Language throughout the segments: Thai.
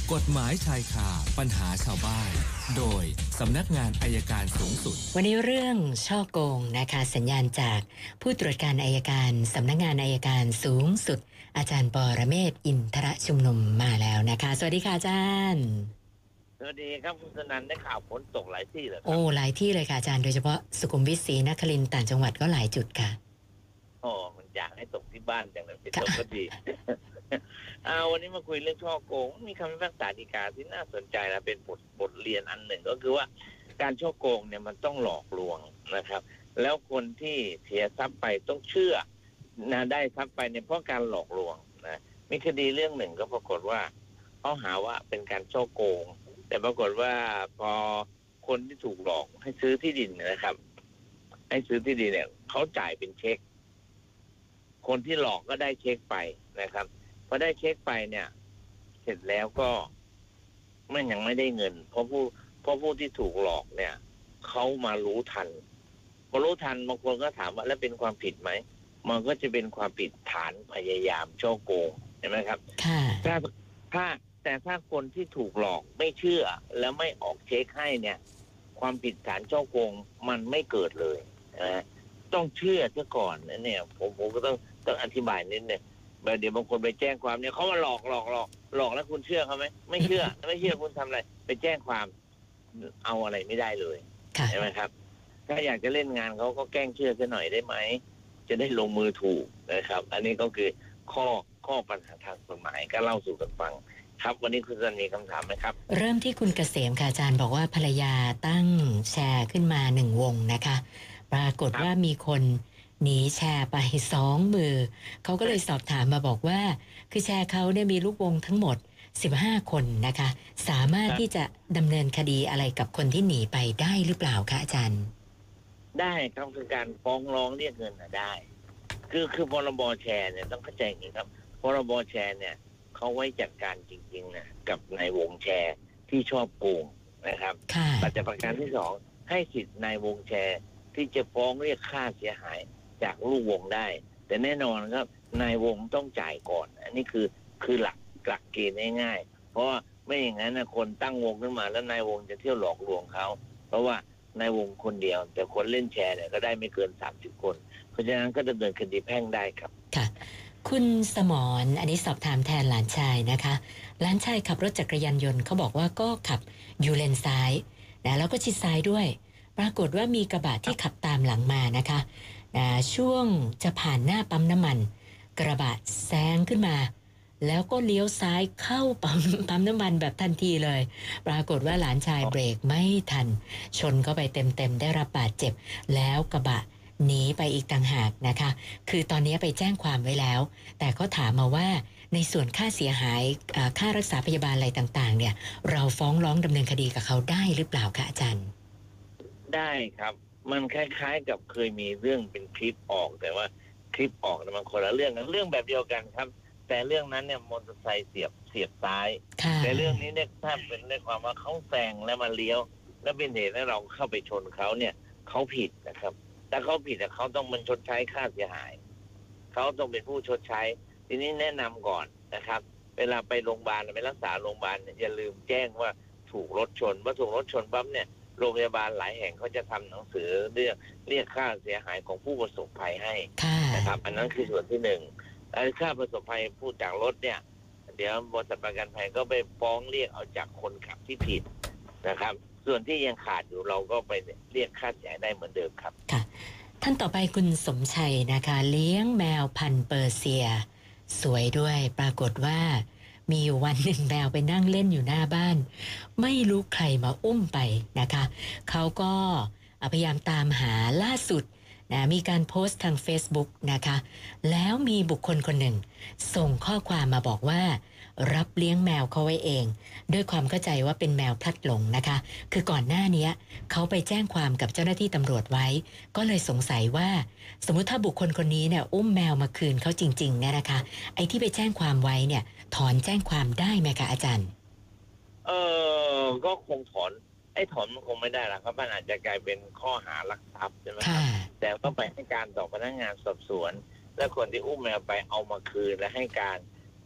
กฎหมายชายคาปัญหาชาวบ้านโดยสำนักงานอัยการสูงสุดวันนี้เรื่องช่อโกงนะคะสัญญาณจากผู้ตรวจการอัยการสำนักงานอัยการสูงสุดอาจารย์ปรเมศวร์อินทรชุมนุมมาแล้วนะคะสวัสดีค่ะอาจารย์สวัสดีครับคุณสนันได้ข่าวฝนตกหลายที่เลยโอ้หลายที่เลยค่ะอาจารย์โดยเฉพาะสุขุมวิทศรีนครินทร์ต่างจังหวัดก็หลายจุดค่ะมันอยากให้ตกที่บ้านจังเลยตกก็ดี วันนี้มาคุยเรื่องช่อโกงมีคำพิพากษาฎีกาที่น่าสนใจนะเป็นบทเรียนอันหนึ่งก็คือว่าการช่อโกงเนี่ยมันต้องหลอกลวงนะครับแล้วคนที่เสียทรัพย์ไปต้องเชื่อนะได้ทรัพย์ไปเนี่ยเพราะการหลอกลวงนะมีคดีเรื่องหนึ่งก็ปรากฏว่าเขาหาว่าเป็นการช่อโกงแต่ปรากฏว่าพอคนที่ถูกหลอกให้ซื้อที่ดินนะครับให้ซื้อที่ดินเนี่ยเขาจ่ายเป็นเช็คคนที่หลอกก็ได้เช็คไปนะครับพอได้เช็คไปเนี่ยเสร็จแล้วก็มันยังไม่ได้เงินเพราะผู้ที่ถูกหลอกเนี่ยเขามารู้ทันพอรู้ทันบางคนก็ถามว่าแล้วเป็นความผิดไหมมันก็จะเป็นความผิดฐานพยายามช่อโกงเห็นไหมครับแต่ถ้าคนที่ถูกหลอกไม่เชื่อแล้วไม่ออกเช็คให้เนี่ยความผิดฐานช่อโกงมันไม่เกิดเลยนะต้องเชื่อซะก่อนนะเนี่ยผมก็ต้องอธิบายนิดนึงเดี๋ยวบางคนไปแจ้งความเนี่ยเขามาหลอกแล้วคุณเชื่อเขาไหมไม่เชื่อคุณทำอะไรไปแจ้งความเอาอะไรไม่ได้เลยใช่ไหมครับถ้าอยากจะเล่นงานเขาก็แกล้งเชื่อซะหน่อยได้ไหมจะได้ลงมือถูกนะครับอันนี้ก็คือข้อปัญหาทางกฎหมายก็เล่าสู่กันฟังครับวันนี้คุณจะมีคำถามไหมครับเริ่มที่คุณเกษมค่ะอาจารย์บอกว่าภรรยาตั้งแชร์ขึ้นมา1 วงนะคะปรากฏว่ามีคนหนีแชร์ไป2 มือเขาก็เลยสอบถามมาบอกว่าคือแชร์เขาเนี่ยมีลูกวงทั้งหมด15 คนนะคะสามารถที่จะดำเนินคดีอะไรกับคนที่หนีไปได้หรือเปล่าคะอาจารย์ได้ครับคือการฟ้องร้องเรียกเงินได้คือพรบแชร์เนี่ยต้องเข้าใจอย่างนี้ครับพรบแชร์เนี่ยเขาไว้จัดการจริงๆนะกับนายวงแชร์ที่ชอบโกงนะครับปัจจัยประการที่2ให้สิทธิ์นายวงแชร์ที่จะฟ้องเรียกค่าเสียหายจากลูกวงได้แต่แน่นอนครับนายวงต้องจ่ายก่อนอันนี้คือหลักเกณฑ์ง่ายๆเพราะว่าไม่อย่างนั้นนะคนตั้งวงขึ้นมาแล้วนายวงจะเที่ยวหลอกลวงเขาเพราะว่านายวงคนเดียวแต่คนเล่นแชร์เนี่ยก็ได้ไม่เกิน30 คนเพราะฉะนั้นก็ดำเนินคดีแพ่งได้ครับค่ะคุณสมรอันนี้สอบถามแทนหลานชายนะคะหลานชายขับรถจักรยานยนต์เขาบอกว่าก็ขับอยู่เลนซ้ายนะแล้วก็ชิดซ้ายด้วยปรากฏว่ามีกระบะที่ขับตามหลังมานะคะช่วงจะผ่านหน้าปั๊มน้ำมันกระบะแซงขึ้นมาแล้วก็เลี้ยวซ้ายเข้าปั๊มน้ำมันแบบทันทีเลยปรากฏว่าหลานชายเบรกไม่ทันชนเข้าไปเต็มได้รับบาดเจ็บแล้วกระบะหนีไปอีกต่างหากนะคะคือตอนนี้ไปแจ้งความไว้แล้วแต่เขาถามมาว่าในส่วนค่าเสียหายค่ารักษาพยาบาลอะไรต่างๆเนี่ยเราฟ้องร้องดำเนินคดีกับเขาได้หรือเปล่าคะอาจารย์ได้ครับมันคล้ายๆกับเคยมีเรื่องเป็นคลิปออกแต่ว่าคลิปออกมันคนละเรื่องกันเรื่องแบบเดียวกันครับแต่เรื่องนั้นเนี่ยมอเตอร์ไซค์เสียบซ้ายแต่เรื่องนี้เนี่ยถ้าเป็นในความว่าเขาแซงแล้วมาเลี้ยวแล้วเป็นเหตุให้เราเข้าไปชนเขาเนี่ยเขาผิดนะครับถ้าเขาผิดเขาต้องมันชดใช้ค่าเสียหายเขาต้องเป็นผู้ชดใช้ทีนี้แนะนำก่อนนะครับเวลาไปโรงพยาบาลไปรักษาโรงพยาบาลอย่าลืมแจ้งว่าถูกรถชนว่าถูกรถชนปั๊บเนี่ยโรงพยาบาลหลายแห่งเขาจะทำหนังสือเรียกค่าเสียหายของผู้ประสบภัยให้นะครับอันนั้นคือส่วนที่1แล้วค่าประสบภัยผู้จากรถเนี่ยเดี๋ยวบริษัทประกันภัยก็ไปฟ้องเรียกเอาจากคนขับที่ผิดนะครับส่วนที่ยังขาดอยู่เราก็ไปเรียกค่าเสียหายได้เหมือนเดิมครับค่ะท่านต่อไปคุณสมชัยนะคะเลี้ยงแมวพันธุ์เปอร์เซียสวยด้วยปรากฏว่ามีอยู่วันหนึ่งแมวไปนั่งเล่นอยู่หน้าบ้านไม่รู้ใครมาอุ้มไปนะคะเขาก็พยายามตามหาล่าสุดนะมีการโพสต์ทาง Facebook นะคะแล้วมีบุคคลคนหนึ่งส่งข้อความมาบอกว่ารับเลี้ยงแมวเขาไว้เองด้วยความเข้าใจว่าเป็นแมวพลัดหลงนะคะคือก่อนหน้านี้เขาไปแจ้งความกับเจ้าหน้าที่ตำรวจไว้ก็เลยสงสัยว่าสมมุติถ้าบุคคลคนนี้เนี่ยอุ้มแมวมาคืนเขาจริงๆเนี่ยนะคะไอ้ที่ไปแจ้งความไว้เนี่ยถอนแจ้งความได้ไหมคะอาจารย์ก็คงถอนมันคงไม่ได้หรอกครับมันอาจจะกลายเป็นข้อหาลักทรัพย์ใช่ไหมครับแต่ต้องไปให้การต่อพนักงานสอบสวนและคนที่อุ้มแมวไปเอามาคืนและให้การ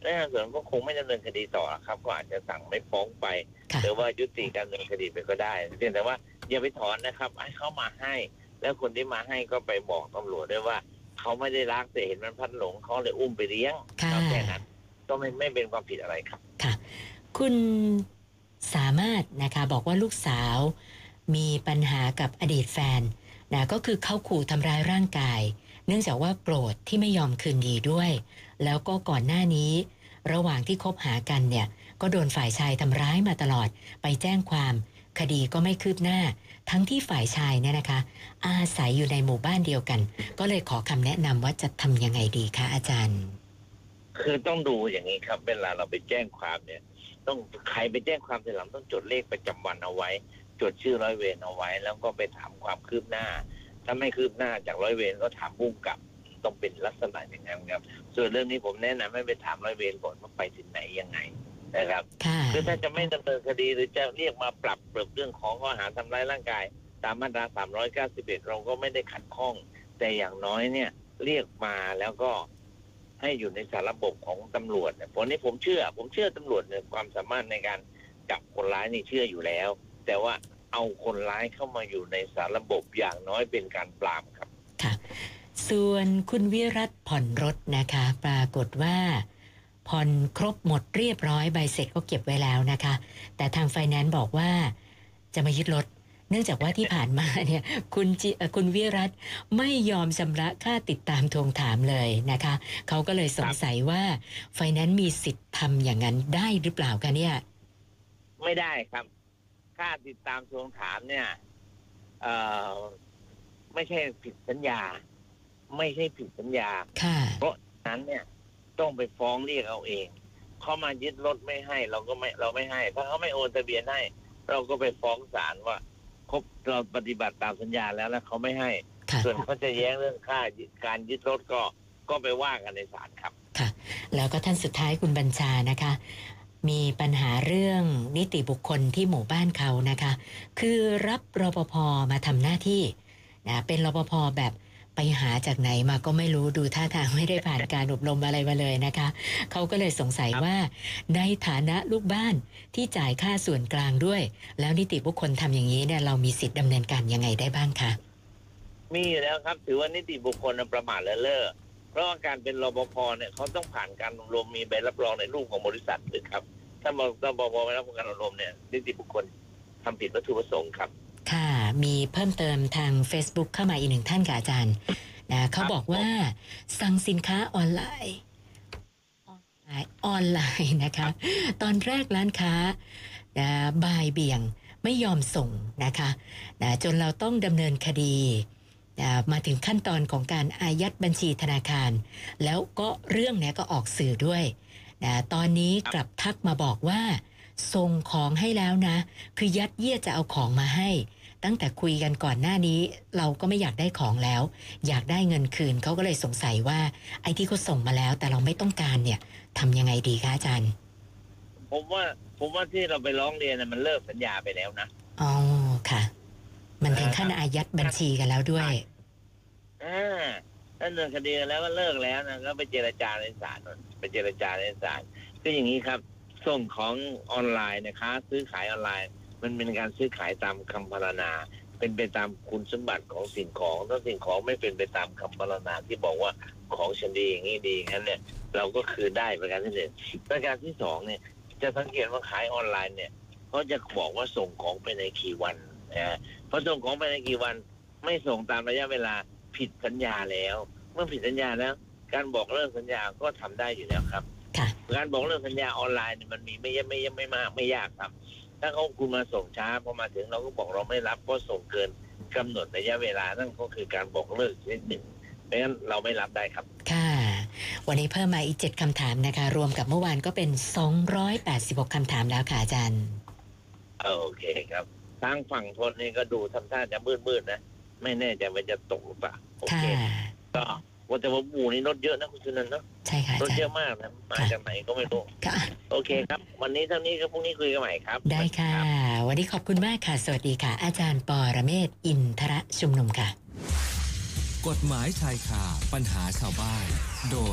พนักงานสอบสวนก็คงไม่ดำเนินคดีต่อครับก็อาจจะสั่งไม่ฟ้องไปหรือว่ายุติการดำเนินคดีไปก็ได้เพียงแต่ว่าอย่าไปถอนนะครับให้เขามาให้แล้วคนที่มาให้ก็ไปบอกตำรวจด้วยว่าเขาไม่ได้รักแต่เห็นมันพลัดหลงเขาเลยอุ้มไปเลี้ยงแค่นั้นก็ไม่เป็นความผิดอะไรครับค่ะคุณสามารถนะคะบอกว่าลูกสาวมีปัญหากับอดีตแฟนนะก็คือเขาขู่ทำร้ายร่างกายเนื่องจากว่าโกรธที่ไม่ยอมคืนดีด้วยแล้วก็ก่อนหน้านี้ระหว่างที่คบหากันเนี่ยก็โดนฝ่ายชายทำร้ายมาตลอดไปแจ้งความคดีก็ไม่คืบหน้าทั้งที่ฝ่ายชายเนี่ยนะคะอาศัยอยู่ในหมู่บ้านเดียวกันก็เลยขอคำแนะนำว่าจะทำยังไงดีคะอาจารย์คือต้องดูอย่างนี้ครับเวลาเราไปแจ้งความเนี่ยต้องใครไปแจ้งความทีหลังต้องจดเลขประจำวันเอาไว้จดชื่อร้อยเวรเอาไว้แล้วก็ไปถามความคืบหน้าถ้าไม่คืบหน้าจากร้อยเวรก็ถามผู้กำกับต้องเป็นลักษณะอย่างนั้นครับส่วนเรื่องนี้ผมแนะนำให้ไปถามร้อยเวรก่อนว่าไปถึงไหนยังไงนะครับคือถ้าจะไม่ดำเนินคดีหรือจะเรียกมาปรับเรื่องของข้อหาทำร้ายร่างกายตามมาตรา391เราก็ไม่ได้ขัดข้องแต่อย่างน้อยเนี่ยเรียกมาแล้วก็ให้อยู่ในสารระบบของตำรวจเพราะนี้ผมเชื่อตำรวจเนี่ยความสามารถในการจับคนร้ายนี่เชื่ออยู่แล้วแต่ว่าเอาคนร้ายเข้ามาอยู่ในสารระบบอย่างน้อยเป็นการปราบครับค่ะส่วนคุณวิรัตผ่อนรถนะคะปรากฏว่าผ่อนครบหมดเรียบร้อยใบเสร็จก็เก็บไว้แล้วนะคะแต่ทางไฟแนนซ์บอกว่าจะมายึดรถเนื่องจากว่าที่ผ่านมาเนี่ยคุณวิรัตไม่ยอมชำระค่าติดตามทวงถามเลยนะคะเขาก็เลยสงสัยว่าไฟแนนซ์มีสิทธิ์ทำอย่างนั้นได้หรือเปล่าคะเนี่ยไม่ได้ครับค่าติดตามทวงถามเนี่ยไม่ใช่ผิดสัญญาเพราะนั้นเนี่ยต้องไปฟ้องเรียกเอาเองเขามายึดรถไม่ให้เราไม่ให้ถ้าเขาไม่โอนทะเบียนให้เราก็ไปฟ้องศาลว่าเราปฏิบัติตามสัญญาแล้วเขาไม่ให้ส่วนเขาจะแย้งเรื่องค่าการยึดรถก็ไปว่ากันในศาลครับค่ะแล้วก็ท่านสุดท้ายคุณบัญชานะคะมีปัญหาเรื่องนิติบุคคลที่หมู่บ้านเขานะคะคือรับรปภ.มาทำหน้าที่นะเป็นรปภ.แบบไปหาจากไหนมาก็ไม่รู้ดูท่าทางไม่ได้ผ่านการอบรมอะไรมาเลยนะคะเขาก็เลยสงสัยว่าในฐานะลูกบ้านที่จ่ายค่าส่วนกลางด้วยแล้วนิติบุคคลทำอย่างนี้เนี่ยเรามีสิทธิ์ดำเนินการยังไงได้บ้างคะมีอยู่แล้วครับถือว่านิติบุคคลประมาทเลินเล่อเพราะการเป็นรปภ.เนี่ยเขาต้องผ่านการอบรมมีใบรับรองในรูปของบริษัทหรือครับถ้ารปภ.ไม่รับการอบรมเนี่ยนิติบุคคลทำผิดวัตถุประสงค์ครับค่ะมีเพิ่มเติมทาง Facebook เข้ามาอีกหนึ่งท่านค่ะอาจารย์นะเขาบอกว่าสั่งสินค้าออนไลน์นะคะตอนแรกร้านค้าบ่ายเบี่ยงไม่ยอมส่งนะคะจนเราต้องดำเนินคดีมาถึงขั้นตอนของการอายัดบัญชีธนาคารแล้วก็เรื่องนี้ก็ออกสื่อด้วยตอนนี้กลับทักมาบอกว่าส่งของให้แล้วนะคือยัดเยียดจะเอาของมาให้ตั้งแต่คุยกันก่อนหน้านี้เราก็ไม่อยากได้ของแล้วอยากได้เงินคืนเขาก็เลยสงสัยว่าไอ้ที่เขาส่งมาแล้วแต่เราไม่ต้องการเนี่ยทำยังไงดีคะอาจารย์ผมว่าที่เราไปร้องเรียนมันเลิกสัญญาไปแล้วนะอ๋อค่ะมันถึงขั้นอายัดบัญชีกันแล้วด้วยถ้าเรื่องคดีแล้วก็เลิกแล้วนะก็ไปเจรจาในศาลคืออย่างนี้ครับส่งของออนไลน์นะคะซื้อขายออนไลน์มันเป็นการซื้อขายตามคำพรรณนาเป็นไปตามคุณสมบัติของสิ่งของถ้าสิ่งของไม่เป็นไปตามคำพรรณนาที่บอกว่าของฉันดีอย่างนี้ดีงั้นเนี่ยเราก็คือได้ประการที่หนึ่งประการที่สองเนี่ยจะสังเกตว่าขายออนไลน์เนี่ยเขาจะบอกว่าส่งของไปในกี่วันนะพอส่งของไปในกี่วันไม่ส่งตามระยะเวลาผิดสัญญาแล้วเมื่อผิดสัญญาแล้วการบอกเลิกสัญญาก็ทำได้อยู่แล้วครับการบอกเลิกสัญญาออนไลน์เนี่ยมันมีไม่มากไม่ยากครับถ้าคุณมาส่งช้าพอมาถึงเราก็บอกเราไม่รับเพราะส่งเกินกำหนดระยะเวลานั่นก็คือการบอกเลิกชนิดหนึ่งเพราะฉะนั้นเราไม่รับได้ครับค่ะวันนี้เพิ่มมาอีก7คำถามนะคะรวมกับเมื่อวานก็เป็น286คำถามแล้วค่ะอาจารย์โอเคครับทางฝั่งทนนี่ก็ดูทำท่าจะมืดนะไม่แน่ใจว่าจะตกหรือเปล่าโอเคก็ว่าแต่ว่าหมู่นี้รถเยอะนะคุณสุนันท์เนาะใช่ค่ะรถเยอะมากนะมาจากไหนก็ไม่รู้โอเคครับวันนี้เท่านี้ก็พรุ่งนี้คุยกันใหม่ครับได้ค่ะวันนี้ขอบคุณมากค่ะสวัสดีค่ะอาจารย์ปรเมศวร์อินทรชุมนุมค่ะกฎหมายชายคาปัญหาชาวบ้านโดย